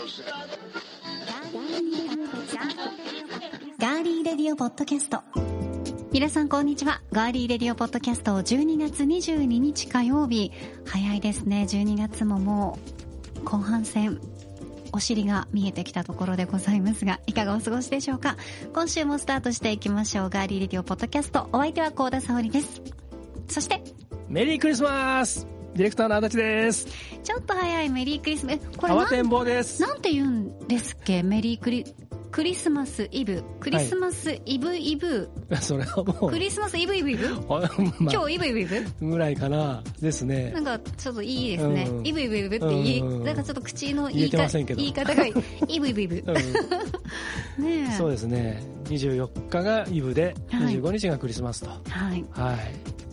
ガーリーレディオポッドキャスト。皆さんこんにちは。ガーリーレディオポッドキャスト12月22日火曜日。早いですね。12月ももう後半戦、お尻が見えてきたところでございますが、いかがお過ごしでしょうか。今週もスタートしていきましょう。ガーリーレディオポッドキャスト、お相手は幸田沙織です。そしてメリークリスマス、ディレクターの足立です。 ちょっと早いメリークリスマス。これ慌てんぼうです。 なんて言うんですっけ。メリークリスマスイブ、クリスマスイブイブ、 はい、それはもうクリスマスイブイブイブ、まあ、今日イブイブイブぐらいかなですね。 なんかちょっといいですね、イブイブイブってなんかちょっと口の言い方がイブイブイブ、ねえ、 そうですね。24日がイブで25日がクリスマスと、はい、はい、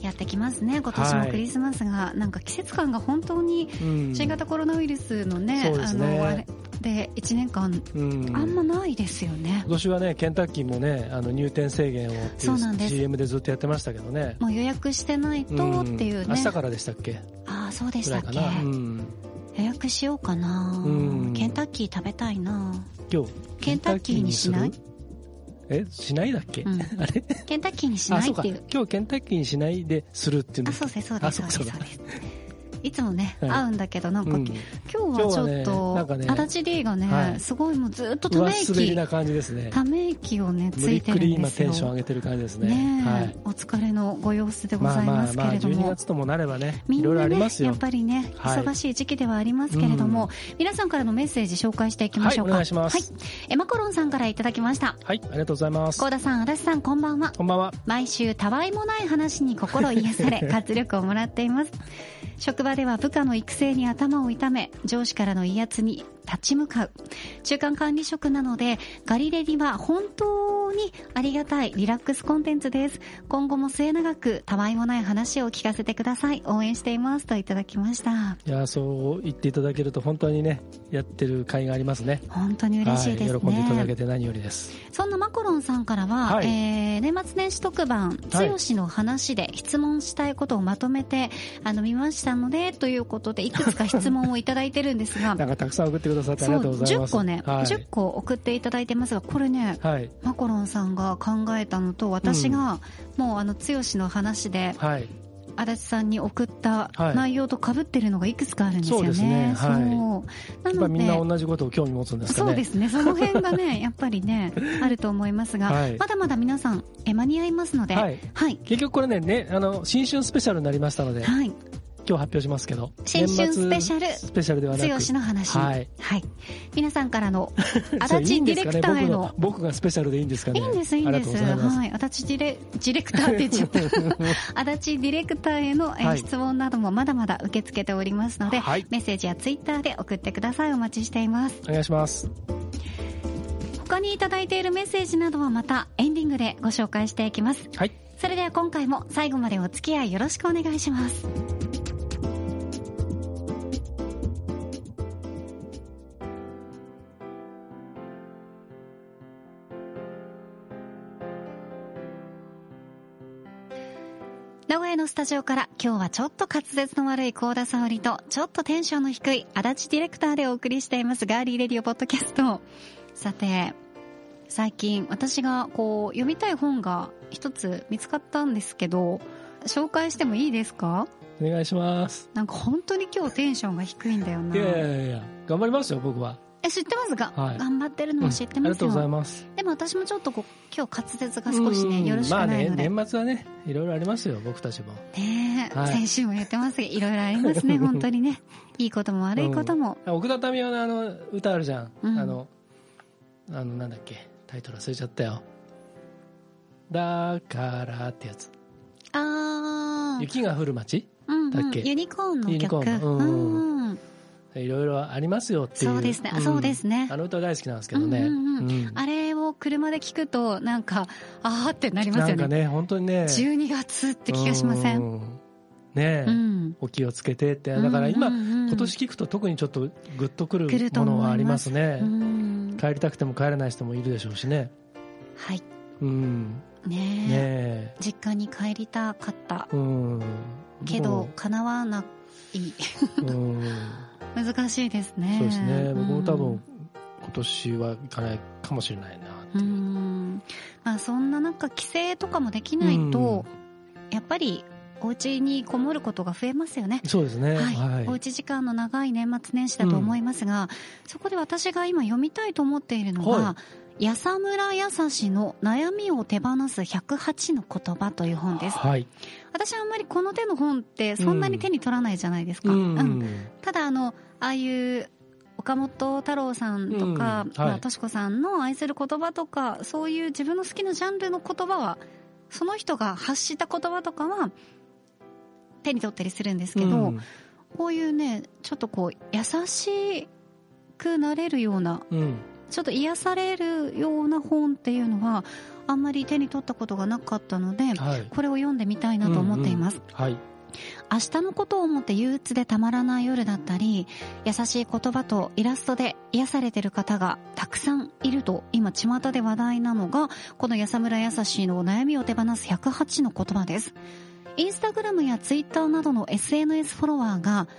やってきますね。今年もクリスマスが、はい、なんか季節感が本当に新型コロナウイルスのね、 そうですね、 あれで1年間、あんまないですよね。 今年はね、ケンタッキーもね、入店制限をっていう CM でずっとやってましたけどね。 もう予約してないとっていうね、 明日からでしたっけ。 ああ、そうでしたっけ。予約しようかな。ケンタッキー食べたいな。 今日ケンタッキーにしない？ しないだっけ、あれケンタッキーにしないっていう。 今日ケンタッキーにしないでするっていうんだっけ。 そうですそうですそうです。いつもね、会うんだけど、なんか、今日はちょっと、足立 D がね、すごいもうずっとため息、 滑りな感じですね。 ため息をね、ついてるんですよ。無理くり今テンション上げてる感じですね。 はい。お疲れのご様子でございますけれども。 12月ともなればね、 いろいろありますよ。 やっぱりね、忙しい時期ではありますけれども、皆さんからのメッセージ紹介していきましょうか。 はい、お願いします。 はい。マコロンさんからいただきました。 はい、ありがとうございます。 幸田さん、足立さん、こんばんは。 こんばんは。 毎週、たわいもない話に心癒され、活力をもらっています。職場では部下の育成に頭を痛め、上司からの威圧に立ち向かう中間管理職なので、ガリレディは本当にありがたいリラックスコンテンツです。今後も末永くたわいもない話を聞かせてください。応援していますといただきました。 いや、そう言っていただけると本当にね、やってる甲斐がありますね。 本当に嬉しいですね、 はい、喜んでいただけて何よりです。 そんなマコロンさんからは、はい、年末年始特番剛の話で質問したいことをまとめて、見ましたのでということで、いくつか質問をいただいてるんですがなんかたくさん送ってくださってありがとうございます。 10個ね、はい、10個送っていただいてますが、これね、はい、マコロンさんが考えたのと、私がもう剛の話で、はい、足立さんに送った内容と被ってるのがいくつかあるんですよね。そうですね。はい、なので、やっぱみんな同じことを興味持つんですかね。 そうですね。その辺がね、やっぱりね、あると思いますが、はい、まだまだ皆さん間に合いますので、はい。はい、 結局これね、新春スペシャルになりましたので、はい。今日発表しますけど、 新春スペシャルではなく、 剛の話、はい、はい、皆さんからの足立ディレクターへの僕がスペシャルでいいんですかね。 いいんですいいんです。はい、足立ディレクターって言っちゃった足立ディレクターへの、質問などもまだまだ受け付けておりますので、はい、メッセージやツイッターで送ってください。お待ちしています。 お願いします。 他にいただいているメッセージなどはまたエンディングでご紹介していきます。はい。それでは今回も最後までお付き合いよろしくお願いします。名古屋のスタジオから今日はちょっと滑舌の悪い幸田沙織とちょっとテンションの低い足立ディレクターでお送りしていますガーリーレディオポッドキャスト。さて、最近私が読みたい本が一つ見つかったんですけど、紹介してもいいですか？ お願いします。 なんか本当に今日テンションが低いんだよな。 いや頑張りますよ僕は。 知ってますが、はい、頑張ってるのも知ってますよ、 ありがとうございます。 でも私もちょっと今日滑舌が少しね、よろしくないので。 まあね、年末はね、いろいろありますよ、僕たちも。 ねえ、はい、先週も言ってますけど、いろいろありますね、本当にね。いいことも悪いことも。 奥田民生の歌あるじゃん。なんだっけ、タイトル忘れちゃったよ。だからってやつ。雪が降る街、だっけ。 ユニコーンの曲。ユニコーン。 いろいろありますよっていう。 そうですね。そうですね。 歌大好きなんですけどね。 あれを車で聞くと、なんか、ってなりますよね。 なんかね、本当にね。 12月って気がしません？ ねえ、お気をつけてって。だから今年聞くと特にちょっっとグッとくるものはありますね。帰りたくても帰れない人もいるでしょうしね。 はい。 ねえ。 実家に帰りたかった。けど、叶わない。難しいですね。 そうですね。僕も多分今年は行かないかもしれないなってまあ、そんな中帰省とかもできないと、やっぱりお家にこもることが増えますよね。 そうですね、 はいはい、おうち時間の長い年末年始だと思いますが、そこで私が今読みたいと思っているのが、安村康史の悩みを手放す108の言葉という本です。はい、私はあんまりこの手の本ってそんなに手に取らないじゃないですか。ただああいう岡本太郎さんとか、としこさんの愛する言葉とか、そういう自分の好きなジャンルの言葉は、その人が発した言葉とかは手に取ったりするんですけど、こういうね、ちょっとこう優しくなれるような、ちょっと癒されるような本っていうのはあんまり手に取ったことがなかったので、これを読んでみたいなと思っています。明日のことを思って憂鬱でたまらない夜だったり、優しい言葉とイラストで癒されている方がたくさんいると今巷で話題なのが、この安村康史の悩みを手放す108の言葉です。インスタグラムやツイッターなどの SNS フォロワーが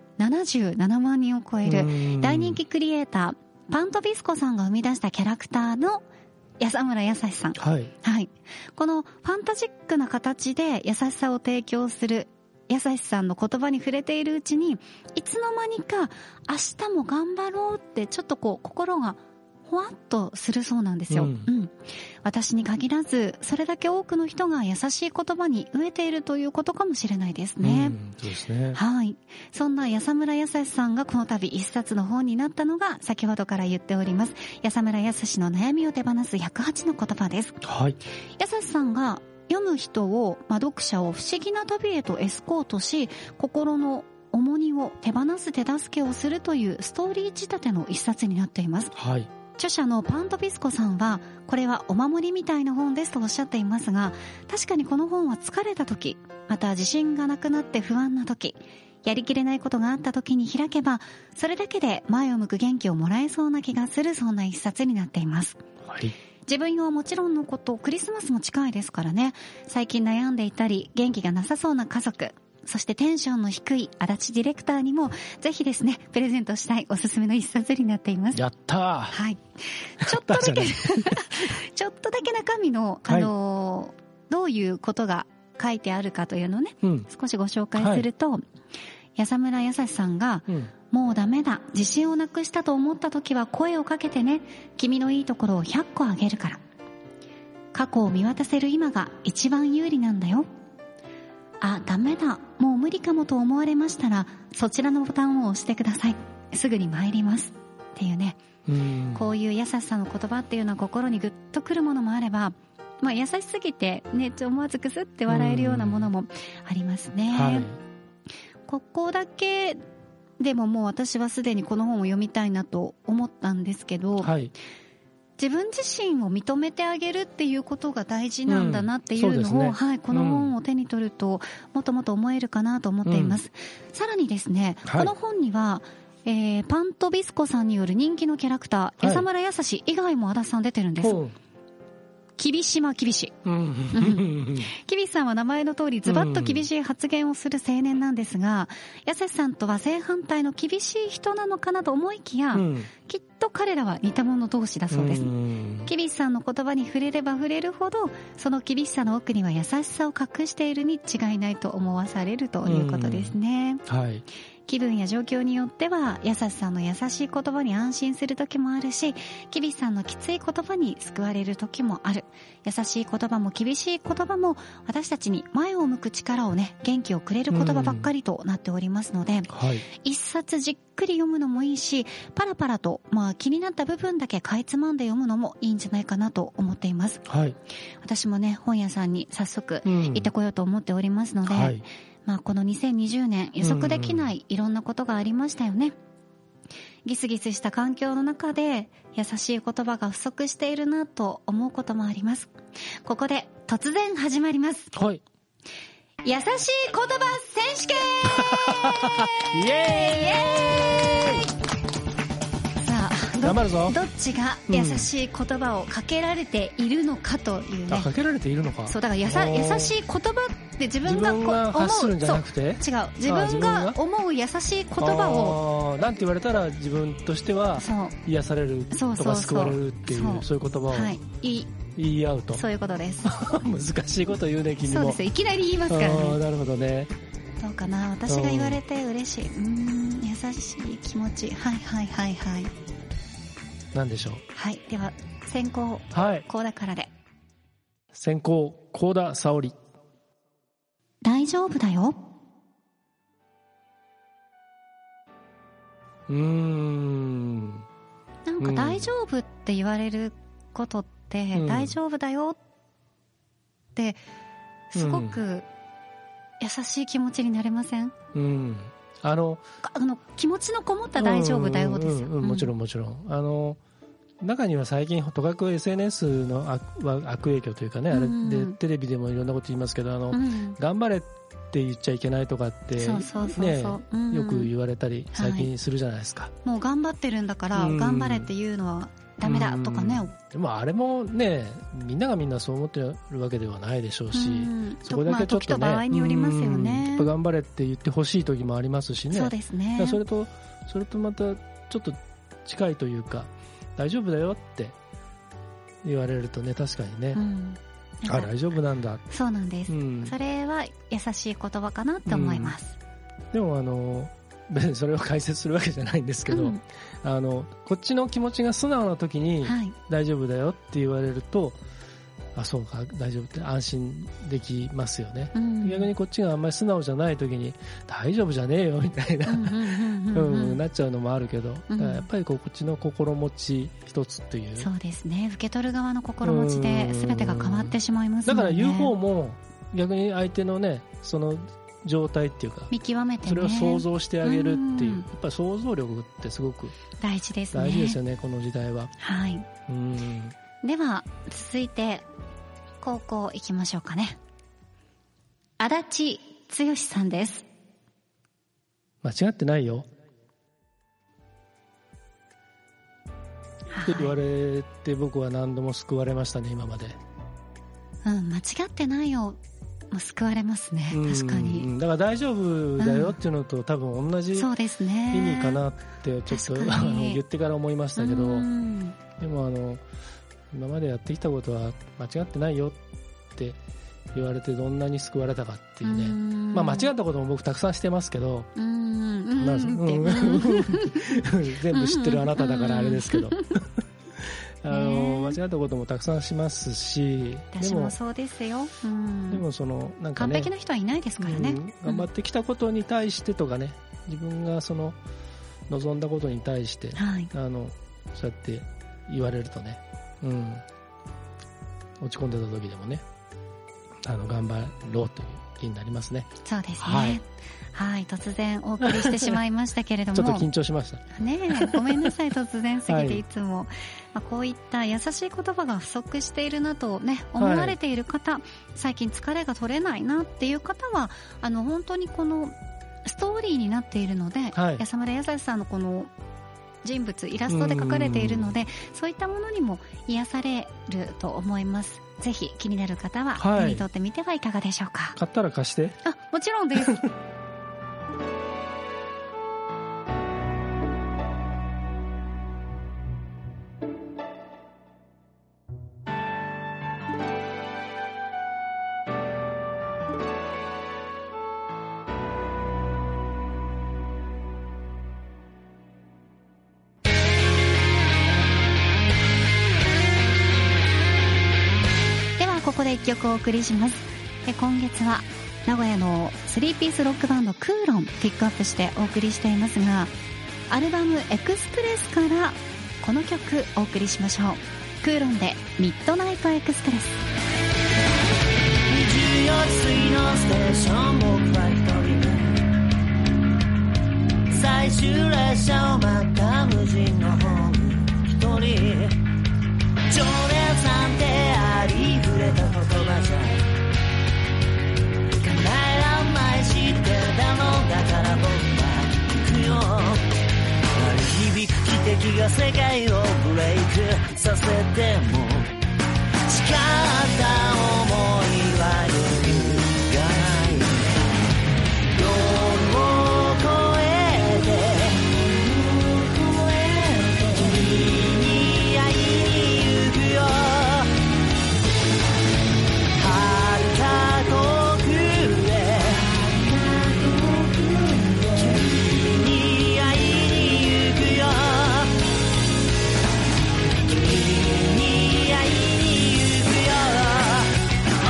77万人を超える大人気クリエイターパントビスコさんが生み出したキャラクターの安村康史さん、はい、このファンタジックな形で優しさを提供する康史さんの言葉に触れているうちに、いつの間にか明日も頑張ろうってちょっとこう心がほわっとするそうなんですよ。私に限らずそれだけ多くの人が優しい言葉に飢えているということかもしれないですね。 そうですね。 はい。そんな安村康史さんがこの度一冊の本になったのが、先ほどから言っております安村康史の悩みを手放す108の言葉です。はい。康史さんが読む人を、読者を不思議な旅へとエスコートし、心の重荷を手放す手助けをするというストーリー仕立ての一冊になっています。はい。著者のパントビスコさんは、これはお守りみたいな本ですとおっしゃっていますが、確かにこの本は疲れた時、また自信がなくなって不安な時、やりきれないことがあった時に開けば、それだけで前を向く元気をもらえそうな気がする、そんな一冊になっています。はい。自分はもちろんのこと、クリスマスも近いですからね、最近悩んでいたり元気がなさそうな家族、そしてテンションの低い足立ディレクターにもぜひですね、プレゼントしたいおすすめの一冊になっています。 やったー。 はい。ちょっとだけちょっとだけ中身のどういうことが書いてあるかというのをね、少しご紹介すると、安村康史さんが、もうダメだ、自信をなくしたと思った時は声をかけてね、君のいいところを100個あげるから、過去を見渡せる今が一番有利なんだよ、あ、ダメだ、もう無理かもと思われましたらそちらのボタンを押してください、すぐに参りますっていうね、こういう優しさの言葉っていうのは心にグッとくるものもあれば、優しすぎてね、思わずクスって笑えるようなものもありますね。はい、ここだけでももう私はすでにこの本を読みたいなと思ったんですけど、はい、自分自身を認めてあげるっていうことが大事なんだなっていうのを、はい、この本を手に取るともっともっと思えるかなと思っています。さらにですね、この本には、パントビスコさんによる人気のキャラクター、安村康史以外も足立さん出てるんです。厳しま厳しい。厳しさんは名前の通りズバッと厳しい発言をする青年なんですが、康史さんとは正反対の厳しい人なのかなと思いきや、きっと彼らは似た者同士だそうです。厳しさんの言葉に触れれば触れるほど、その厳しさの奥には優しさを隠しているに違いないと思わされるということですね。はい。気分や状況によっては優しさの優しい言葉に安心する時もあるし、厳しさのきつい言葉に救われる時もある。優しい言葉も厳しい言葉も私たちに前を向く力をね、元気をくれる言葉ばっかりとなっておりますので、一冊じっくり読むのもいいし、パラパラと、気になった部分だけかいつまんで読むのもいいんじゃないかなと思っています。はい、私もね、本屋さんに早速行ってこようと思っておりますので、この2020年予測できないいろんなことがありましたよね。ギスギスした環境の中で優しい言葉が不足しているなと思うこともあります。ここで突然始まります。はい。優しい言葉選手権イエーイさあ、 頑張るぞ。 どっちが優しい言葉をかけられているのかというね、 かけられているのか。 そうだから優しい言葉って自分が発するんじゃなくて、 違う、自分が思う優しい言葉をなんて言われたら自分としては癒されるとか救われるっていう、そういう言葉を言い合うと。 そういうことです。 難しいこと言うね、君も。 そうです、いきなり言いますからね。 なるほどね。 どうかな、私が言われて嬉しい、優しい気持ち、はいはいはいはい。 何でしょう。 はい、では先行、高田からで。 先行、高田沙織。 大丈夫だよ。なんか大丈夫って言われることって、大丈夫だよってすごく優しい気持ちになれません？気持ちのこもった大丈夫だよですよ。 もちろんもちろん。中には最近とかく SNS の悪影響というかね、あれでテレビでもいろんなこと言いますけど、頑張れって言っちゃいけないとかってね、よく言われたり最近するじゃないですか。 もう頑張ってるんだから頑張れっていうのはダメだとかね。 でもあれもね、みんながみんなそう思ってるわけではないでしょうし、そこだけちょっとね、 場合によりますよね。 頑張れって言ってほしい時もありますしね。 そうですね。 それとまたちょっと近いというか、大丈夫だよって言われるとね、確かにね、大丈夫なんだ。 そうなんです、それは優しい言葉かなって思います。 でも別にそれを解説するわけじゃないんですけど、こっちの気持ちが素直な時に大丈夫だよって言われると、そうか、大丈夫って安心できますよね。逆にこっちがあんまり素直じゃない時に大丈夫じゃねえよみたいななっちゃうのもあるけど、やっぱりこっちの心持ち一つっていう。 そうですね、受け取る側の心持ちで全てが変わってしまいますもんね。 だから言う方も逆に相手のね、その状態っていうか見極めてね、 それを想像してあげるっていう、やっぱり想像力ってすごく大事ですね。 大事ですよね、この時代は。 はい。では続いて高校行きましょうかね。足立剛さんです。 間違ってないよって言われて、僕は何度も救われましたね、今まで。 間違ってないよ、救われますね。確かに。 だから大丈夫だよっていうのと多分同じ意味かなってちょっと言ってから思いましたけど、でも今までやってきたことは間違ってないよって言われて、どんなに救われたかっていうね。間違ったことも僕たくさんしてますけど、全部知ってるあなただからあれですけど間違ったこともたくさんしますし、 私もそうですよ。 でもなんかね、 完璧な人はいないですからね。 頑張ってきたことに対してとかね、自分が望んだことに対して、そうやって言われるとね、落ち込んでた時でもね、頑張ろうという気になりますね。 そうですね。はい、突然お送りしてしまいましたけれどもちょっと緊張しましたね。ごめんなさい、突然すぎて。いつも、こういった優しい言葉が不足しているなとね思われている方、最近疲れが取れないなっていう方は本当にこのストーリーになっているので、安村康さんのこの人物、イラストで描かれているので、そういったものにも癒されると思います。ぜひ気になる方は手に取ってみてはいかがでしょうか。 買ったら貸して。 もちろんですここで1曲お送りします。今月は名古屋の3ピースロックバンドクーロンピックアップしてお送りしていますが、アルバムエクスプレスからこの曲お送りしましょう。クーロンでミッドナイトエクスプレス。 日曜水のステーション、僕は一人で最終列車を待った無人のホーム一人、情熱なんてありふれた言葉じゃ叶えらんない、知ってるだろう、だから僕は行くよ。鳴り響く汽笛がが世界をブレイクさせても誓った想いは揺るがない夜を越えて君に会いに行くよ遥か遠くへ君に会いに行くよ君に会いに行くよ Oh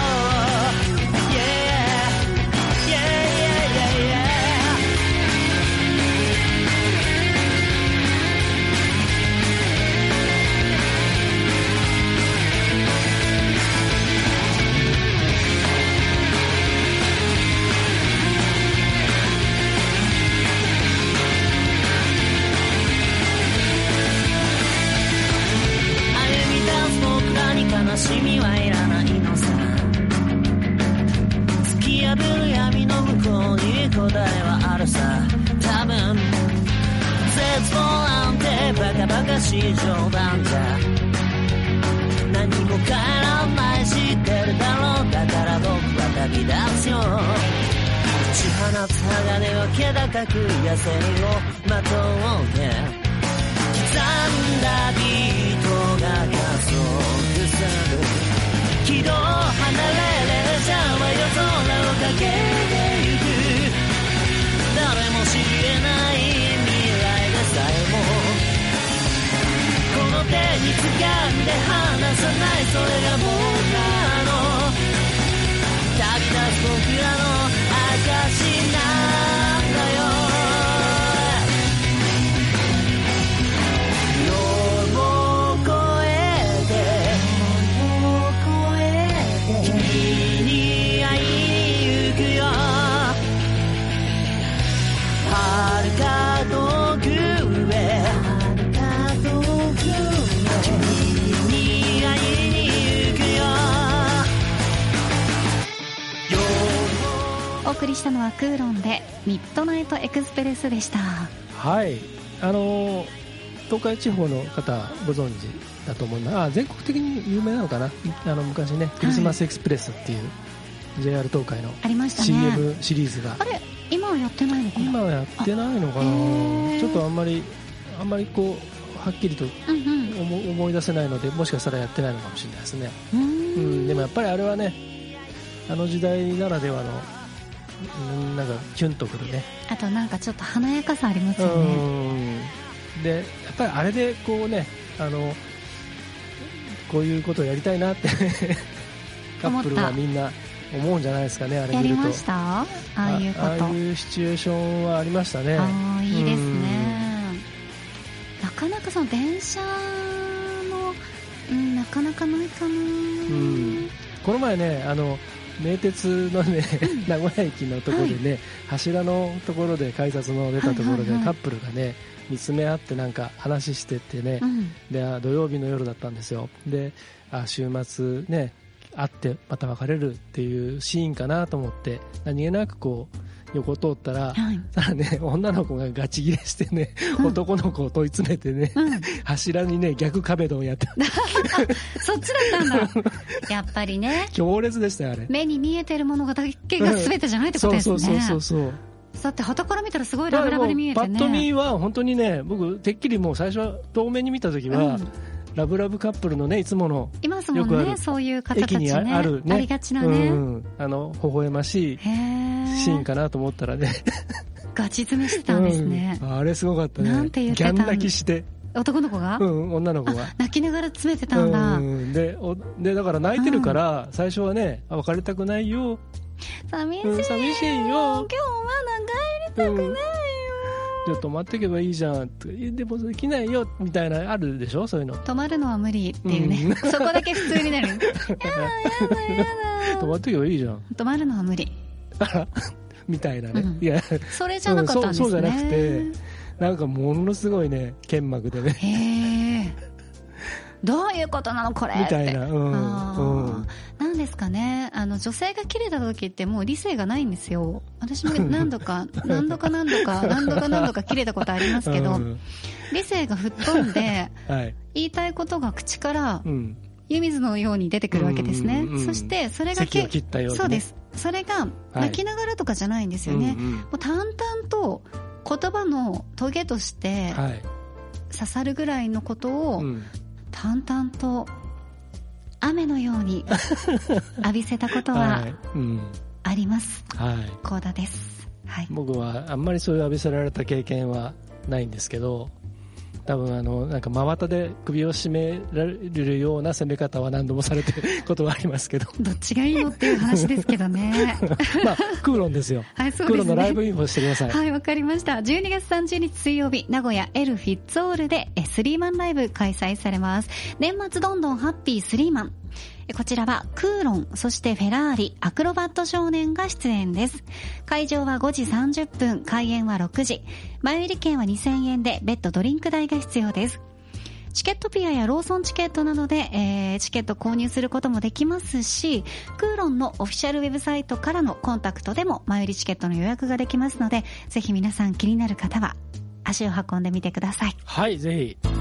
yeah yeah yeah yeah yeah 歩み出す僕らに悲しみはいらないのさ突き破る闇の向こうに答えはあるさ多分絶望なんてバカバカしい冗談じゃ何も変えらんない知ってるだろうだから僕は旅立つよ打ち放つ鋼は気高く野生をまとって刻んだビートが加速する軌道離れれじゃは夜空をかけてゆく誰も知れない未来でさえもこの手に掴んで離さないそれが僕らの旅立つ僕らの証なんだよ夜を越えて君に会いに行くよ遥か遠くへ君に会いに行くよお送りしたのはクーロンでミッドナイトエクスプレスでした。 はい、東海地方の方ご存知だと思います。全国的に有名なのかな。昔ねクリスマスエクスプレスっていう JR 東海のありましたね CM シリーズがあれ今はやってないのかな。 今はやってないのかな。ちょっとあんまりこうはっきりと思い出せないのでもしかしたらやってないのかもしれないですね。でもやっぱりあれはねあの時代ならではのなんかキュンとくるね。 あとなんかちょっと華やかさありますよね。 でやっぱりあれでこうねこういうことをやりたいなってカップルはみんな思うんじゃないですかね。あれ見るとやりましたああいうこと。 ああいうシチュエーションはありましたね。 いいですね。なかなかその電車の、なかなかないかな。 この前ね名鉄のね名古屋駅のところでね、柱のところで改札の出たところでカップルがね見つめ合ってなんか話しててね、で土曜日の夜だったんですよ。で週末ね会ってまた別れるっていうシーンかなと思って何気なくこう横通ったら、ただね女の子がガチギレしてね、男の子を問い詰めてね、柱にね逆壁ドンやってそっちだったんだやっぱりね強烈でしたよあれ。目に見えてるものだけが全てじゃないってことですね。 そうだって傍から見たらすごいラブラブに見えてね。 パッと見は本当にね僕てっきりもう最初は遠目に見た時は、ラブラブカップルのねいつものいますもんねそういう方たちね。 駅にあるねありがちなね、 微笑ましいシーンかなと思ったらねガチ詰めしてたんですね、 あれすごかったね。 なんて言ってたんギャン泣きして男の子が、 女の子が泣きながら詰めてたんだ、 でだから泣いてるから、最初はね別れたくないよ寂しいよ、 今日はまだ帰りたくないよ、 ちょっと待ってけばいいじゃんでもできないよみたいなあるでしょそういうの。 止まるのは無理っていうね、そこだけ普通になるやだ止まってけばいいじゃん止まるのは無理みたいなね、いやそれじゃなかったんですね、 そうじゃなくてなんかものすごいね剣幕でねどういうことなのこれみたいな、 なんですかね、女性が切れた時ってもう理性がないんですよ。私も何度か切れたことありますけど、理性が吹っ飛んで、言いたいことが口から湯水のように出てくるわけですね。そしてそれが咳を切ったようにね、 そうです。それが泣きながらとかじゃないんですよね。もう淡々と言葉のトゲとして刺さるぐらいのことを淡々と雨のように浴びせたことはあります。コーダです。 僕はあんまりそういう浴びせられた経験はないんですけど、多分なんか真綿で首を絞められるような攻め方は何度もされてることはありますけどどっちがいいのっていう話ですけどねまあクーロンですよ。そうですね、クーロンのライブインフォしてください。わかりました。12月30日水曜日、名古屋エルフィッツオールでスリーマンライブ開催されます。年末どんどんハッピースリーマン。こちらはクーロン、そしてフェラーリ、アクロバット少年が出演です。会場は5時30分、開演は6時。前売り券は2000円で別途ドリンク代が必要です。チケットピアやローソンチケットなどで、チケット購入することもできますし、クーロンのオフィシャルウェブサイトからのコンタクトでも前売りチケットの予約ができますので、ぜひ皆さん気になる方は足を運んでみてください。 はい、ぜひ。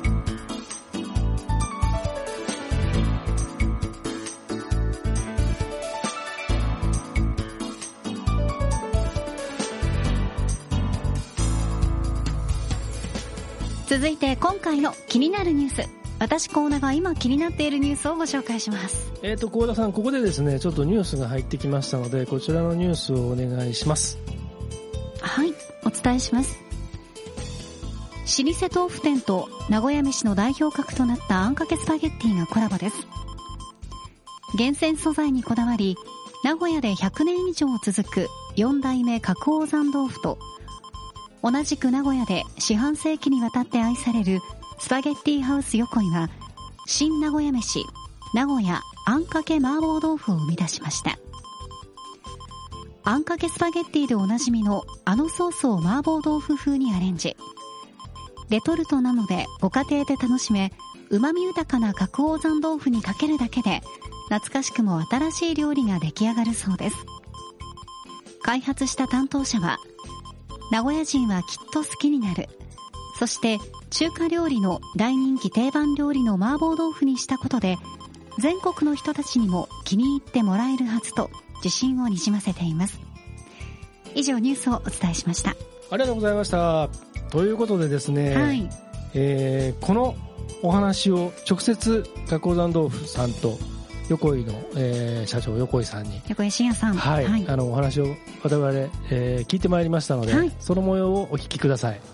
続いて今回の気になるニュース、私コーナが今気になっているニュースをご紹介します。 高田さん、ここでですね、ちょっとニュースが入ってきましたので、こちらのニュースをお願いします。 はい、お伝えします。老舗豆腐店と名古屋飯の代表格となったあんかけスパゲッティがコラボです。厳選素材にこだわり、名古屋で100年以上続く4代目角王山豆腐と、同じく名古屋で四半世紀にわたって愛されるスパゲッティハウス横井は、新名古屋飯名古屋あんかけ麻婆豆腐を生み出しました。あんかけスパゲッティでおなじみのあのソースを麻婆豆腐風にアレンジ。レトルトなのでご家庭で楽しめ、旨味豊かな角王山豆腐にかけるだけで懐かしくも新しい料理が出来上がるそうです。開発した担当者は、名古屋人はきっと好きになる。そして中華料理の大人気定番料理の麻婆豆腐にしたことで、全国の人たちにも気に入ってもらえるはずと自信をにじませています。以上ニュースをお伝えしました。 ありがとうございました。ということでですね、このお話を直接角王山豆腐さんと横井の、社長横井さんに、 横井真也さん、 お話を我々、聞いてまいりましたので、その模様をお聞きください。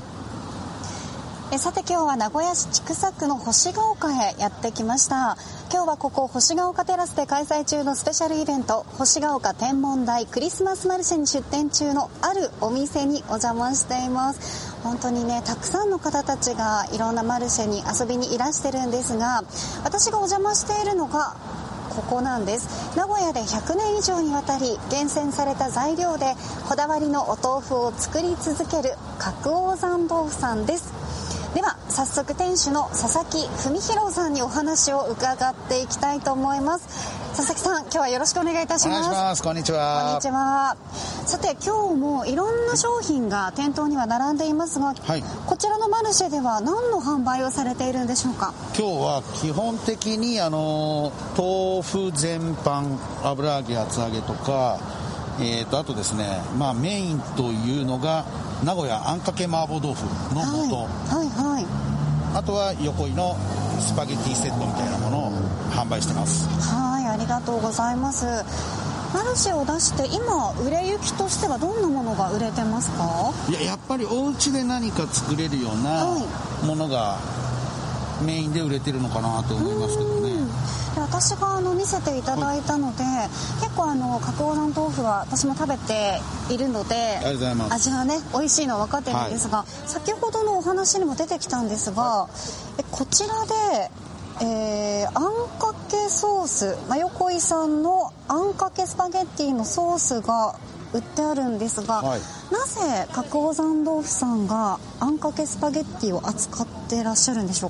さて、今日は名古屋市千種区の星ヶ丘へやってきました。今日はここ星ヶ丘テラスで開催中のスペシャルイベント、星ヶ丘天文台クリスマスマルシェに出店中のあるお店にお邪魔しています。本当にね、たくさんの方たちがいろんなマルシェに遊びにいらしてるんですが、私がお邪魔しているのがここなんです。名古屋で100年以上にわたり厳選された材料でこだわりのお豆腐を作り続ける角王山豆腐さんです。では早速店主の佐々木文弘さんにお話を伺っていきたいと思います。佐々木さん、今日はよろしくお願いいたします。 お願いします。こんにちは。 こんにちは。さて、今日もいろんな商品が店頭には並んでいますが、こちらのマルシェでは何の販売をされているんでしょうか？ 今日は基本的に豆腐全般、油揚げ、厚揚げとか、あとですね、メインというのが名古屋あんかけ麻婆豆腐の素、あとは横井のスパゲティセットみたいなものを販売してます。 はい、ありがとうございます。マルシェを出して今売れ行きとしてはどんなものが売れてますか？ やっぱりお家で何か作れるようなものがメインで売れてるのかなと思いますけどね。 私が見せていただいたので、結構角王山豆腐は私も食べているので、 ありがとうございます。 味はね美味しいのは分かってるんですが、先ほどのお話にも出てきたんですが、こちらであんかけソース、横井さんのあんかけスパゲッティのソースが売ってあるんですが、なぜ角王山豆腐さんがあんかけスパゲッティを扱ってらっしゃるんでしょうか？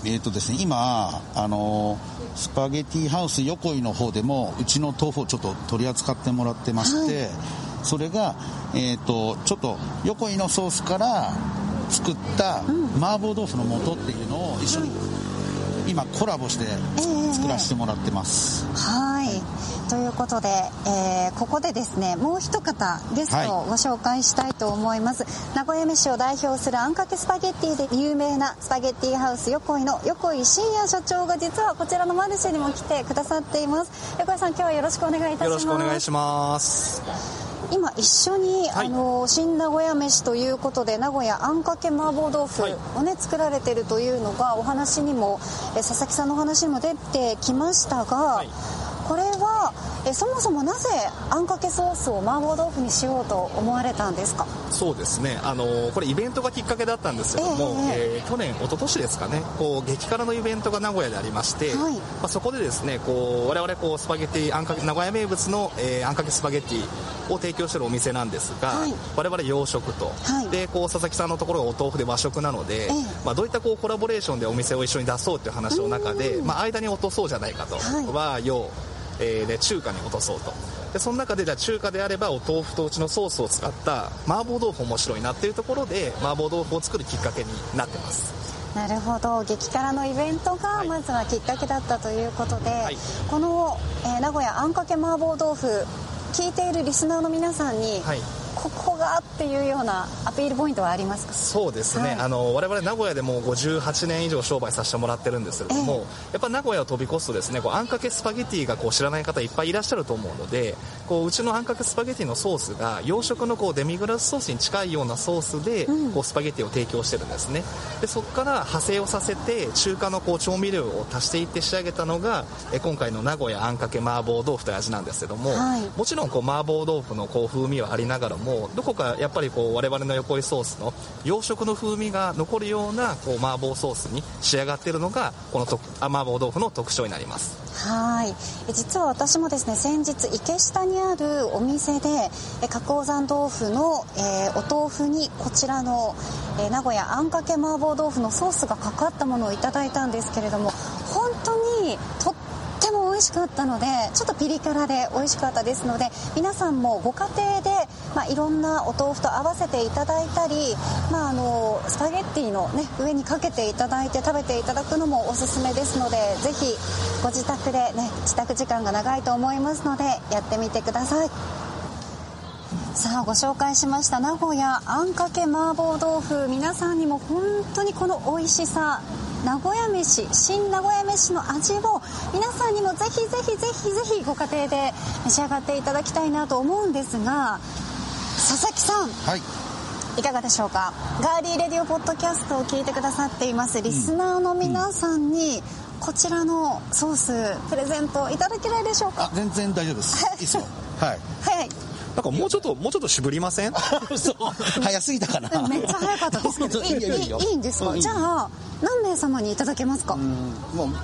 ですね、今スパゲティハウス横井の方でもうちの豆腐をちょっと取り扱ってもらってまして、それが、ちょっと横井のソースから作った麻婆豆腐の素っていうのを一緒に今コラボして作らせてもらってます。 はい、ということで、ここでですね、もう一方ゲストをご紹介したいと思います。名古屋飯を代表するあんかけスパゲッティで有名なスパゲッティハウス横井の横井真也社長が実はこちらのマルシェにも来てくださっています。横井さん、今日はよろしくお願いいたします。 よろしくお願いします。 今一緒に、新名古屋飯ということで名古屋あんかけ麻婆豆腐をね、作られているというのがお話にも、佐々木さんのお話にも出てきましたが、これはそもそもなぜあんかけソースを麻婆豆腐にしようと思われたんですか？ そうですね、これイベントがきっかけだったんですけども、去年一昨年ですかね、激辛のイベントが名古屋でありまして、そこでですね、我々スパゲティ名古屋名物の、あんかけスパゲティを提供しているお店なんですが、我々洋食と、で佐々木さんのところがお豆腐で和食なので、どういったコラボレーションでお店を一緒に出そうという話の中で、間に落とそうじゃないかと、和洋で中華に落とそうと。でその中でじゃあ中華であればお豆腐とうちのソースを使った麻婆豆腐面白いなっていうところで麻婆豆腐を作るきっかけになってます。 なるほど、激辛のイベントがまずはきっかけだったということで、この、名古屋あんかけ麻婆豆腐聞いているリスナーの皆さんに、ここがっていうようなアピールポイントはありますか？ そうですね、我々名古屋でもう58年以上商売させてもらってるんですけれども、やっぱ名古屋を飛び越すとですね、あんかけスパゲティが知らない方いっぱいいらっしゃると思うので、うちのあんかけスパゲティのソースが洋食のデミグラスソースに近いようなソースで、スパゲティを提供してるんですね。でそこから派生をさせて中華の調味料を足していって仕上げたのが今回の名古屋あんかけ麻婆豆腐という味なんですけども、もちろん麻婆豆腐の風味はありながらも、どこかやっぱり我々の横井ソースの洋食の風味が残るような麻婆ソースに仕上がっているのがこの麻婆豆腐の特徴になります。 はい、実は私もですね、先日池下にあるお店で加工山豆腐の、お豆腐にこちらの、名古屋あんかけ麻婆豆腐のソースがかかったものをいただいたんですけれども、本当にとっても美味しかったので、ちょっとピリ辛で美味しかったですので、皆さんもご家庭で、いろんなお豆腐と合わせていただいたり、スパゲッティの、上にかけていただいて食べていただくのもおすすめですので、ぜひご自宅で自宅時間が長いと思いますのでやってみてください。さあ、ご紹介しました名古屋あんかけ麻婆豆腐、皆さんにも本当にこの美味しさ、名古屋飯、新名古屋飯の味を皆さんにもぜひぜひぜひぜひご家庭で召し上がっていただきたいなと思うんですが、佐々木さん、いかがでしょうか？ガーリーレディオポッドキャストを聞いてくださっていますリスナーの皆さんに、こちらのソースプレゼントいただけないでしょうか？ 全然大丈夫です。いいですよ。早い。 なんかもうちょっと渋りません？ 早すぎたかな。 めっちゃ早かったですけどいいんですか？じゃあ何名様にいただけますか？ もう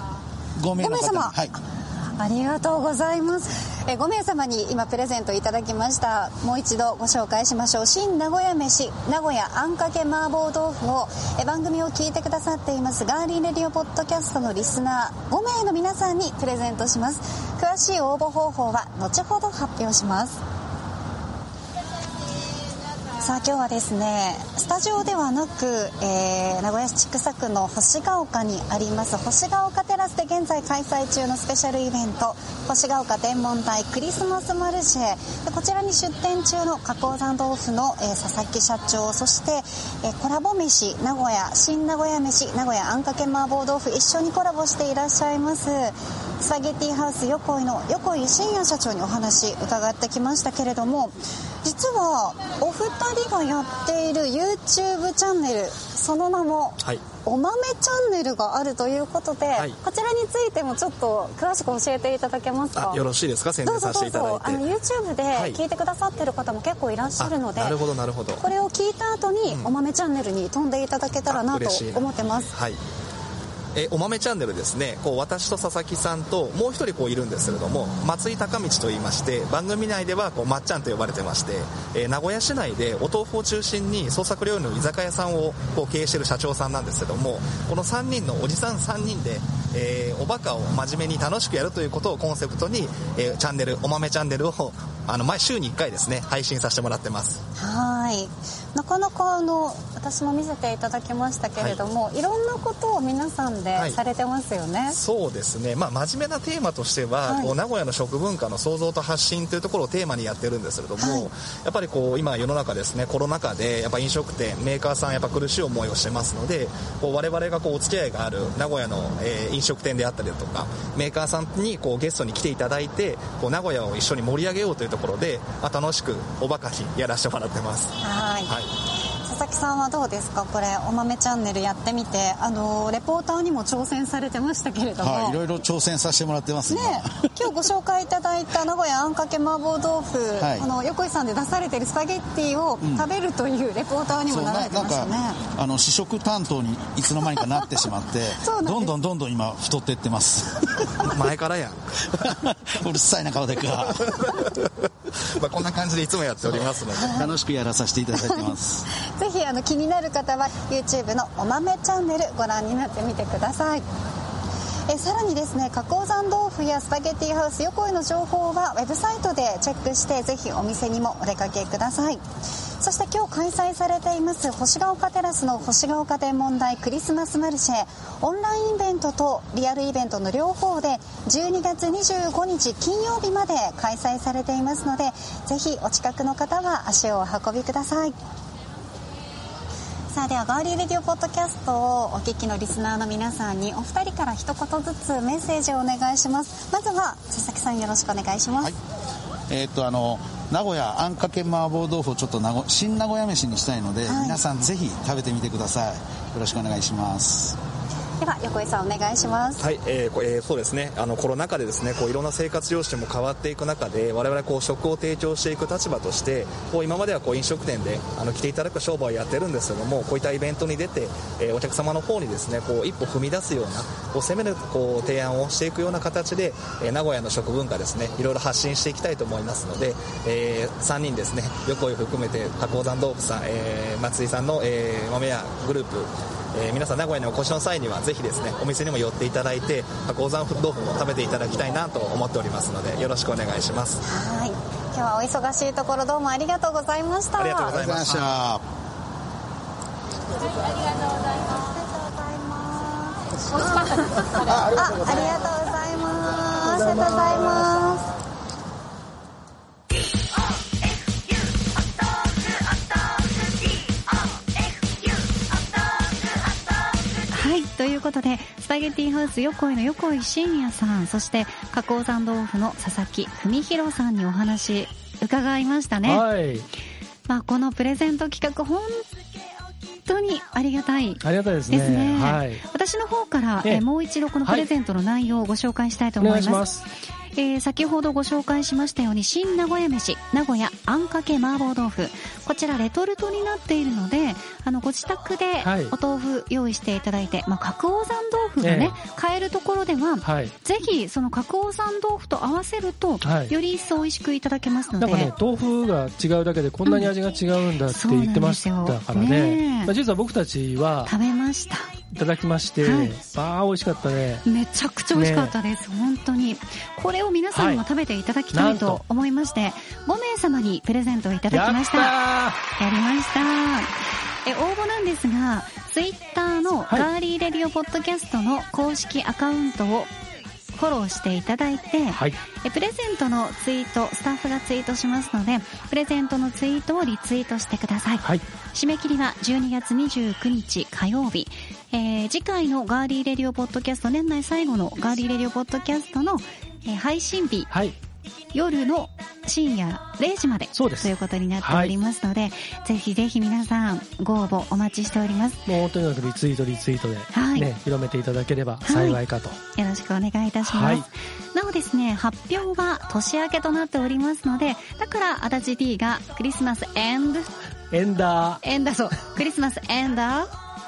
5名の方に。 ありがとうございます。5名様に今プレゼントいただきました。もう一度ご紹介しましょう。新名古屋飯、名古屋あんかけ麻婆豆腐を番組を聞いてくださっていますガーリーレディオポッドキャストのリスナー5名の皆さんにプレゼントします。詳しい応募方法は後ほど発表します。さあ、今日はですね、スタジオではなく、名古屋市千種区の星ヶ丘にあります星ヶ丘テラスで現在開催中のスペシャルイベント、星ヶ丘天文台クリスマスマルシェで、こちらに出店中の加工山豆腐の、佐々木社長、そして、コラボ飯名古屋新名古屋飯名古屋あんかけ麻婆豆腐一緒にコラボしていらっしゃいますスパゲティハウス横井の横井真也社長にお話伺ってきましたけれども、実はお二人がやっている YouTube チャンネル、その名も、お豆チャンネルがあるということで、こちらについてもちょっと詳しく教えていただけますか？ よろしいですか？宣伝させていただいて。 YouTube で聞いてくださってる方も結構いらっしゃるので、 なるほどなるほど。 これを聞いた後にお豆チャンネルに飛んでいただけたらなと思ってます。 お豆チャンネルですね、私と佐々木さんともう一人いるんですけれども、松井孝道と言いまして、番組内ではまっちゃんと呼ばれてまして、名古屋市内でお豆腐を中心に創作料理の居酒屋さんを経営している社長さんなんですけども、この3人のおじさん3人で、おバカを真面目に楽しくやるということをコンセプトに、チャンネル、お豆チャンネルを毎週に1回ですね、配信させてもらってます。 はい。なかなか私も見せていただきましたけれども、いろんなことを皆さんでされてますよね。 そうですね。真面目なテーマとしては、名古屋の食文化の創造と発信というところをテーマにやってるんですけれども、やっぱり今世の中ですね、コロナ禍でやっぱ飲食店、メーカーさんやっぱ苦しい思いをしてますので、我々がお付き合いがある名古屋の、飲食店であったりだとか、メーカーさんにゲストに来ていただいて、名古屋を一緒に盛り上げようというところで、楽しくおバカにやらせてもらってます。 はい。佐々木さんはどうですか、これお豆チャンネルやってみて、レポーターにも挑戦されてましたけれども、 いろいろ挑戦させてもらってますね。 今日ご紹介いただいた名古屋あんかけ麻婆豆腐、横井さんで出されているスパゲッティを食べるというレポーターにもなられてましたね。 なんか試食担当にいつの間にかなってしまってどんどん今太っていってます前からやんうるさいな顔でかこんな感じでいつもやっておりますので楽しくやらさせていただいてますぜひ気になる方は YouTube のお豆チャンネルご覧になってみてください。さらにですね、加工山豆腐やスパゲッティハウス横井の情報はウェブサイトでチェックして、ぜひお店にもお出かけください。そして今日開催されています星ヶ丘テラスの星ヶ丘天文台クリスマスマルシェ、オンラインイベントとリアルイベントの両方で12月25日金曜日まで開催されていますので、ぜひお近くの方は足をお運びください。さあ、ではガーリーレディオポッドキャストをお聞きのリスナーの皆さんにお二人から一言ずつメッセージをお願いします。まずは佐々木さん、よろしくお願いします。 名古屋あんかけ麻婆豆腐をちょっと新名古屋飯にしたいので、皆さんぜひ食べてみてください。よろしくお願いします。 では横井さん、お願いします。 はい、そうですね、コロナ禍でですね、いろんな生活様式も変わっていく中で、我々食を提供していく立場として、今までは飲食店で来ていただく商売をやってるんですけども、こういったイベントに出て、お客様の方にですね、一歩踏み出すような攻める提案をしていくような形で、名古屋の食文化ですね、いろいろ発信していきたいと思いますので、3人ですね、横井を含めて加工山豆腐さん、松井さんの、豆屋グループ、皆さん名古屋にお越しの際にはぜひですね、お店にも寄っていただいて加工山豆腐も食べていただきたいなと思っておりますので、よろしくお願いします。 はい、今日はお忙しいところどうもありがとうござありがとうございました。 ありがとうございました。 ありがとうございます。ありがとうございます。ありがとうございます。ありがとうございます。 ということで、スパゲッティハウス横井の横井真也さん、そして加工山豆腐の佐々木文弘さんにお話伺いましたね。 はい。 このプレゼント企画、本当にありがたいですね。はい。私の方から、もう一度このプレゼントの内容をご紹介したいと思います。お願いします。先ほどご紹介しましたように、新名古屋飯、名古屋あんかけ麻婆豆腐、こちらレトルトになっているので、ご自宅でお豆腐用意していただいて、加工山豆腐がね、買えるところでは、ぜひその加工山豆腐と合わせると、より一層美味しくいただけますので。 なんかね、豆腐が違うだけでこんなに味が違うんだって言ってましたからね。実は僕たちは食べました。 いただきまして、美味しかったね。 めちゃくちゃ美味しかったです、本当に。これを皆さんにも食べていただきたいと思いまして、5名様にプレゼントをいただきました。やりました。応募なんですが、ツイッターのガーリーレディオポッドキャストの公式アカウントをフォローしていただいて、プレゼントのツイート、スタッフがツイートしますので、プレゼントのツイートをリツイートしてください。締め切りは12月29日火曜日。次回のガーリーレディオポッドキャスト、年内最後のガーリーレディオポッドキャストの、配信日、夜の深夜0時までということになっておりますので、ぜひぜひ皆さんご応募お待ちしております。 もうとにかくリツイートで、広めていただければ幸いかと、 よろしくお願いいたします。なおですね、発表は年明けとなっておりますので、だから足立 D がクリスマスエンダーそうクリスマスエンダー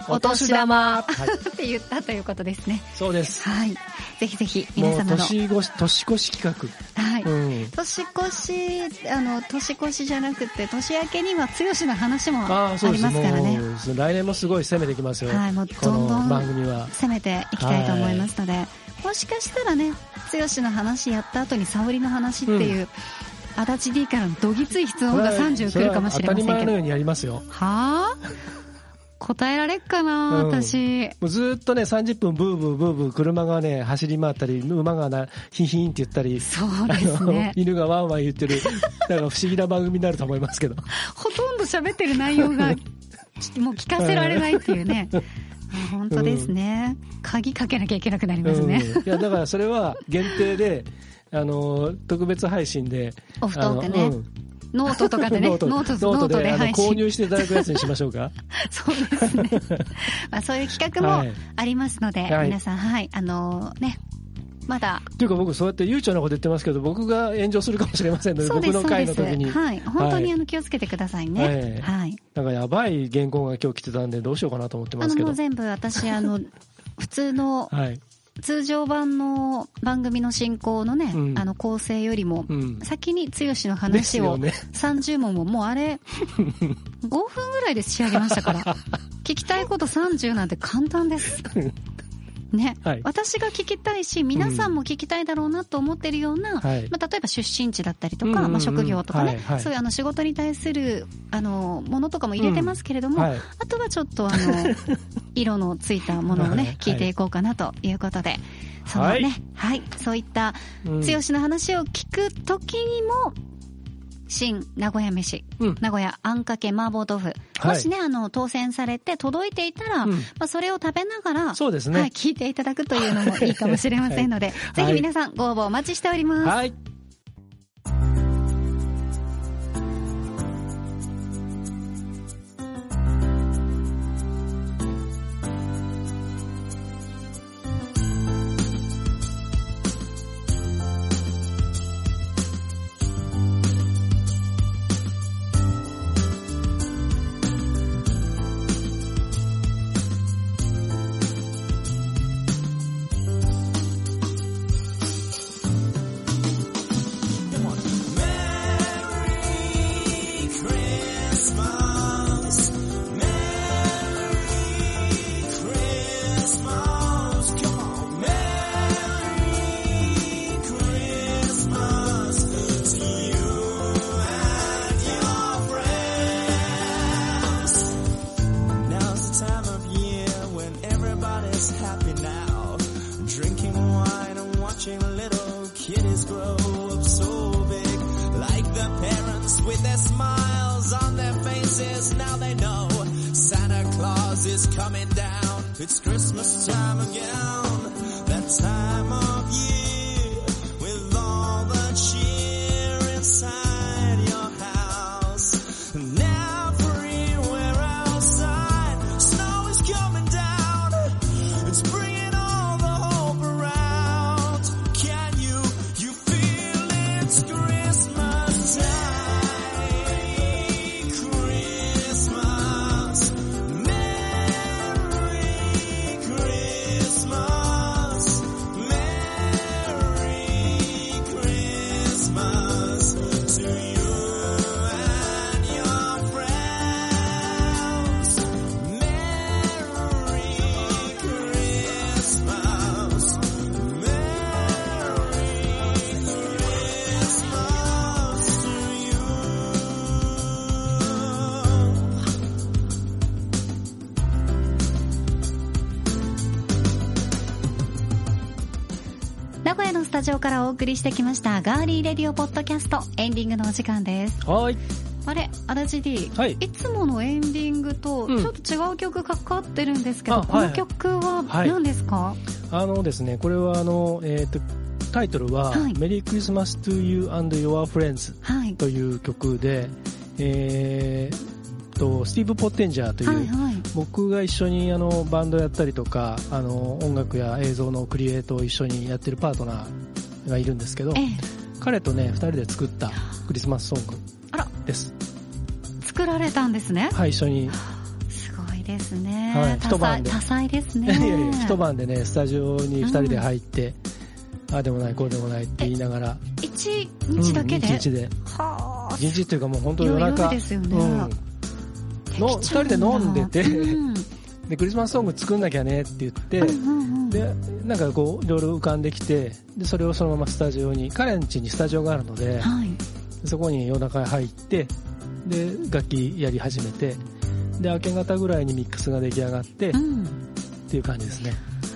お年玉、って言ったということですね。 そうです。 はい。ぜひぜひ皆様の年越し企画。 はい。年越しじゃなくて年明けには剛の話もありますからね。 来年もすごい攻めてきますよ。 はい。もうどんどん番組は攻めていきたいと思いますので、もしかしたらね、剛の話やった後に沙織の話っていう。足立 D からのどぎつい質問が30来るかもしれませんけど。当たり前のようにやりますよ。 はぁ答えられっかな、私。 もうずっとね、30分ブーブーブーブー車がね、走り回ったり、馬がヒンヒンって言ったり、 そうですね。 犬がワンワン言ってる、なんか不思議な番組になると思いますけど。 ほとんど喋ってる内容が、もう聞かせられないっていうね。本当ですね。鍵かけなきゃいけなくなりますね。 いや、だからそれは限定で、特別配信で。 オフトークね。ノートとかでね。ノートで配信。 購入していただくやつにしましょうか。 そうですね。まあそういう企画もありますので、皆さん、はい、ね。まだ。 っていうか僕そうやって悠長なこと言ってますけど、僕が炎上するかもしれませんので、僕の回の時に。 はい。本当に気をつけてくださいね。はい。 なんかやばい原稿が今日来てたんで、どうしようかなと思ってますけど。 もう全部私、普通の、通常版の番組の進行のね、構成よりも、先に剛の話を30問ももうあれ、5分ぐらいで仕上げましたから、聞きたいこと30なんて簡単です。ね、私が聞きたいし、皆さんも聞きたいだろうなと思ってるような、まあ、例えば出身地だったりとか、まあ、職業とかね、そういう仕事に対する、ものとかも入れてますけれども、あとはちょっと色のついたものをね、聞いていこうかなということで、そのね、そういった、剛の話を聞くときにも、新名古屋飯、名古屋あんかけ麻婆豆腐、もしね当選されて届いていたら、まあそれを食べながら、 そうですね、 聞いていただくというのもいいかもしれませんので、ぜひ皆さんご応募お待ちしております。はい。 It's Christmas time again, that time of year, with all the cheer inside your house. And everywhere outside, snow is coming down, it's bringing all the hope around. Can you feel it's Christmas time? Christmas, 名古屋のスタジオからお送りしてきましたガーリーレディオポッドキャスト、エンディングのお時間です。 はい。 あれ、足立 D、いつものエンディングとちょっと違う曲かかってるんですけど、この曲は何ですか？ ですね、これはタイトルは、メリークリスマス to you and your friends という曲で、スティーブ・ポッテンジャーという、僕が一緒にバンドやったりとか音楽や映像のクリエイトを一緒にやってるパートナーがいるんですけど、彼とね2人で作ったクリスマスソングです。 作られたんですね。 はい、一緒に。 すごいですね、 はい、一晩で多彩ですね。 いやいや一晩でねスタジオに2人で入って、ああでもないこうでもないって言いながら 1日だけで、 1日ではあ、 1日っていうかもう本当に夜中ですよね、 2人で飲んでて、でクリスマスソング作んなきゃねって言って、でなんかこういろいろ浮かんできて、でそれをそのままスタジオに、彼ん家にスタジオがあるので、そこに夜中入ってで楽器やり始めて、で明け方ぐらいにミックスが出来上がって、っていう感じですね。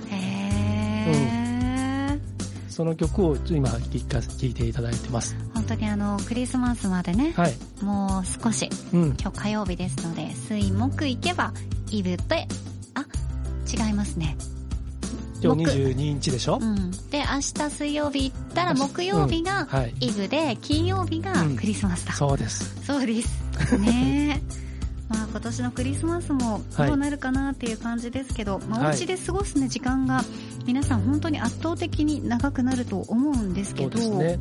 その曲を今聴いていただいてます。 本当にクリスマスまでね、もう少し、今日火曜日ですので、水木行けばイブで、違いますね、 今日22日でしょ、 で明日水曜日行ったら木曜日がイブで、金曜日がクリスマスだ、 そうですねまあ今年のクリスマスもどうなるかなっていう感じですけど、お家で過ごす、ね、時間が皆さん本当に圧倒的に長くなると思うんですけど、 そうですね、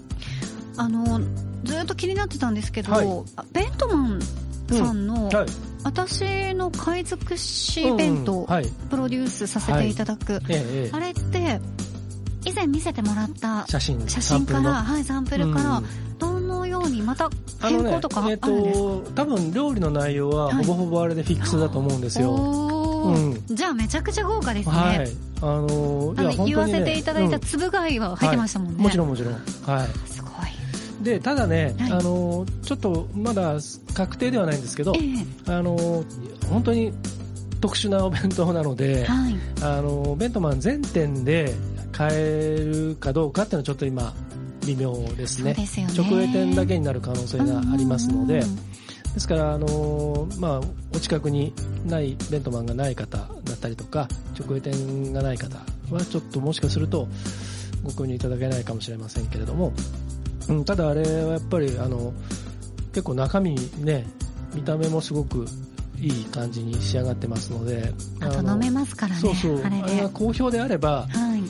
ずっと気になってたんですけど、ベントマンさんの、私の貝尽くし弁当、プロデュースさせていただく、あれって以前見せてもらった写真からサンプルから、どのようにまた変更とかあるんですか？ 多分料理の内容はほぼほぼあれでフィックスだと思うんですよ。 じゃあめちゃくちゃ豪華ですね。言わせていただいた粒貝は入ってましたもんね。 もちろん、すごい。でただね、ちょっとまだ確定ではないんですけど、本当に特殊なお弁当なので、ベントマン全店で買えるかどうかっていうのはちょっと今微妙ですね。直営店だけになる可能性がありますので、ですからお近くにないベントマンがない方だったりとか、直営店がない方はちょっともしかするとご購入いただけないかもしれませんけれども、ただあれはやっぱり結構中身ね、見た目もすごくいい感じに仕上がってますので、 あと飲めますからね。 あれが好評であれば、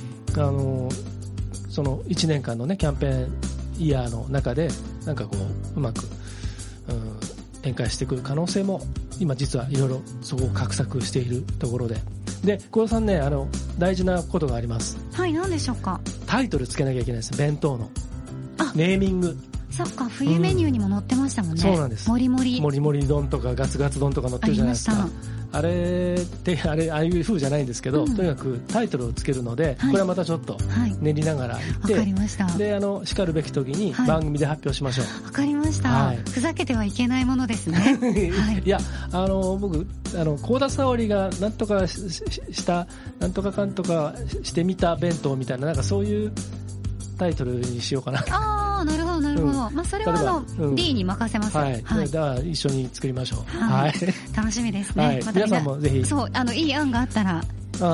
その1年間のねキャンペーンイヤーの中でなんかこううまく、展開してくる可能性も今実はいろいろそこを画策しているところで、小田さんね、大事なことがあります。 何でしょうか？ タイトルつけなきゃいけないです。弁当のネーミング。 そっか、冬メニューにも載ってましたもんね。 そうなんです。 もりもり丼とかガツガツ丼とか載ってるじゃないですか。あれってああいう風じゃないんですけど、とにかくタイトルをつけるので、これはまたちょっと練りながら言って、 わかりました。 でしかるべき時に番組で発表しましょう。 わかりました。ふざけてはいけないものですね。 いや僕幸田沙織がなんとかしたなんとかかんとかしてみた弁当みたいな、なんかそういうタイトルにしようかな。 なるほどなるほど。それはD に任せます。 だから一緒に作りましょう。 楽しみですね。 皆さんもぜひ。 そういい案があったら。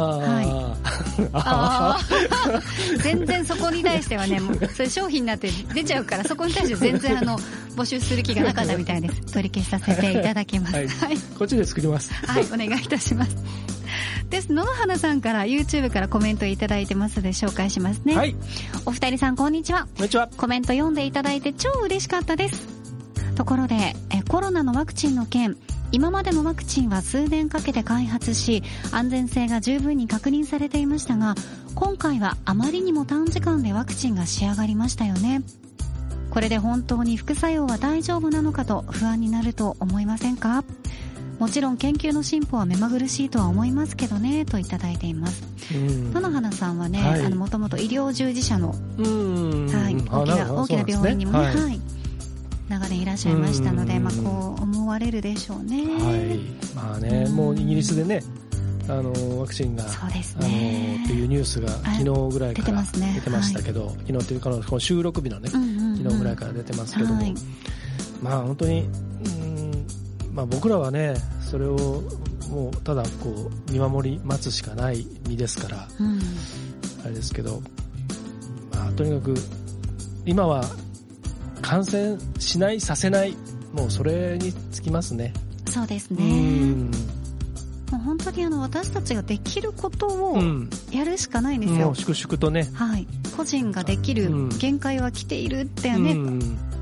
全然そこに対してはね、もうそれ商品になって出ちゃうから、そこに対して全然募集する気がなかったみたいです。取り消させていただきます。 こっちで作ります。 お願いいたします。です。野々花さんから YouTube からコメントいただいてますので紹介しますね。お二人さんこんにちは。 こんにちは。 コメント読んでいただいて超嬉しかったです。ところでコロナのワクチンの件、今までのワクチンは数年かけて開発し安全性が十分に確認されていましたが、今回はあまりにも短時間でワクチンが仕上がりましたよね。これで本当に副作用は大丈夫なのかと不安になると思いませんか？もちろん研究の進歩は目まぐるしいとは思いますけどね、といただいています。野々花さんはね、もともと医療従事者の大きな病院にもね、長年いらっしゃいましたので、こう思われるでしょうね。 もうイギリスでね、ワクチンがそうですねというニュースが昨日ぐらいから出てましたけど、昨日というかこの収録日のね、昨日ぐらいから出てますけども、本当に僕らはね、それをもうただこう見守り待つしかない身ですから、あれですけど、とにかく今は感染しないさせない、もうそれにつきますね。 そうですね。もう本当に私たちができることをやるしかないんですよ。 もう粛々とね。 個人ができる限界は来ているってね、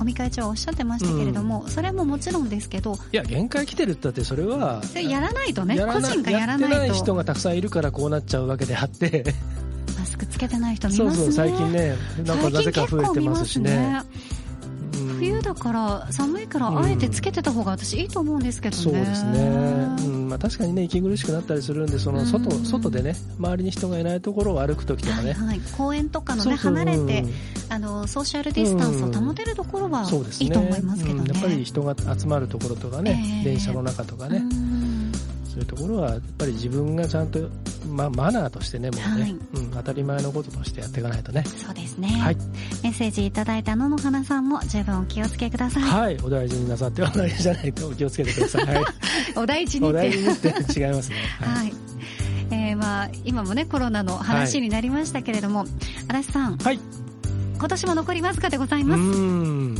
尾身会長はおっしゃってましたけれども、それももちろんですけど、 いや限界来てるってだってそれはやらないとね、個人がやらないと、 やってない人がたくさんいるからこうなっちゃうわけであってマスクつけてない人見ますね。 そう最近ね、なんかなぜか増えてますしね。 冬だから寒いからあえてつけてた方が私いいと思うんですけどね。 そうですね、確かにね息苦しくなったりするんで、その外でね周りに人がいないところを歩くときとかね、 公園とかのね離れてソーシャルディスタンスを保てるところはいいと思いますけどね。 やっぱり人が集まるところとかね、電車の中とかね、そういうところはやっぱり自分がちゃんと、マナーとしてね、もうね、当たり前のこととしてやっていかないとね。 そうですね。メッセージいただいた野々花さんも十分お気をつけください。 はい、お大事になさって、お大事じゃないとお気をつけてください。はい、 お大事にって。 お大事にって違いますね。 はい。今もねコロナの話になりましたけれども、嵐さん。はい。今年も残りわずかでございます。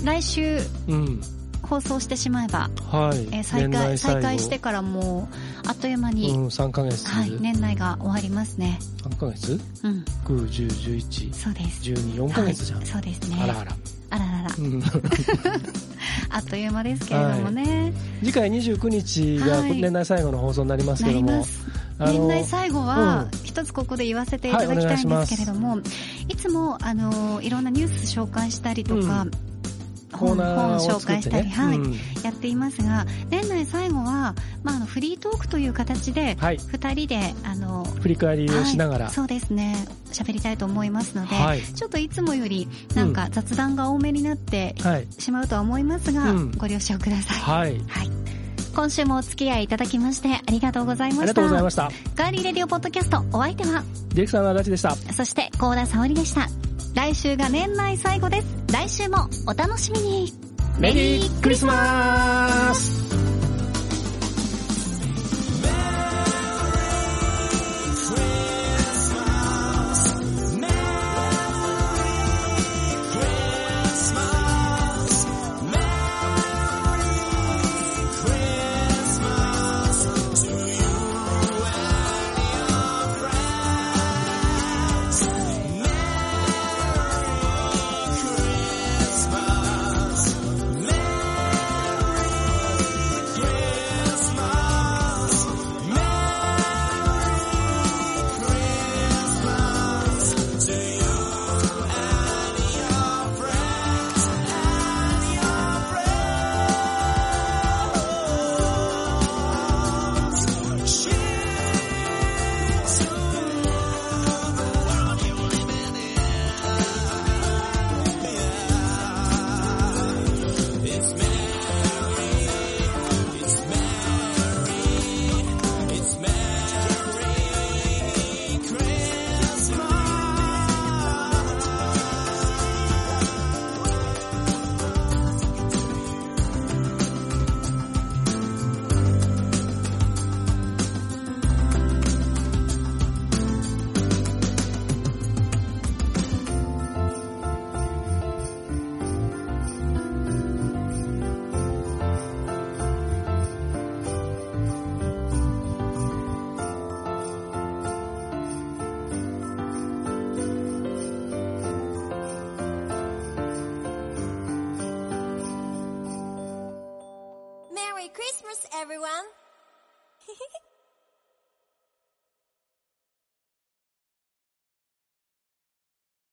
来週。放送してしまえば、再開してからもうあっという間に、 3ヶ月、 年内が終わりますね。 3ヶ月、9、10、11、 そうです。 12、4ヶ月じゃん。 そうですね。 あらあっという間ですけれどもね。 次回29日が年内最後の放送になりますけども、 年内最後は一つここで言わせていただきたいんですけれども、いつもいろんなニュース紹介したりとか、本紹介したり、やっていますが、年内最後は、フリートークという形で2人で振り返りをしながら、 そうですね、喋りたいと思いますので、ちょっといつもよりなんか雑談が多めになってしまうとは思いますが、ご了承ください。今週もお付き合いいただきましてありがとうございました。 ありがとうございました。 ガーリーレディオポッドキャスト、お相手はディレクターの足立でした。 そして高田沙織でした。来週が年内最後です。来週もお楽しみに。 メリークリスマス。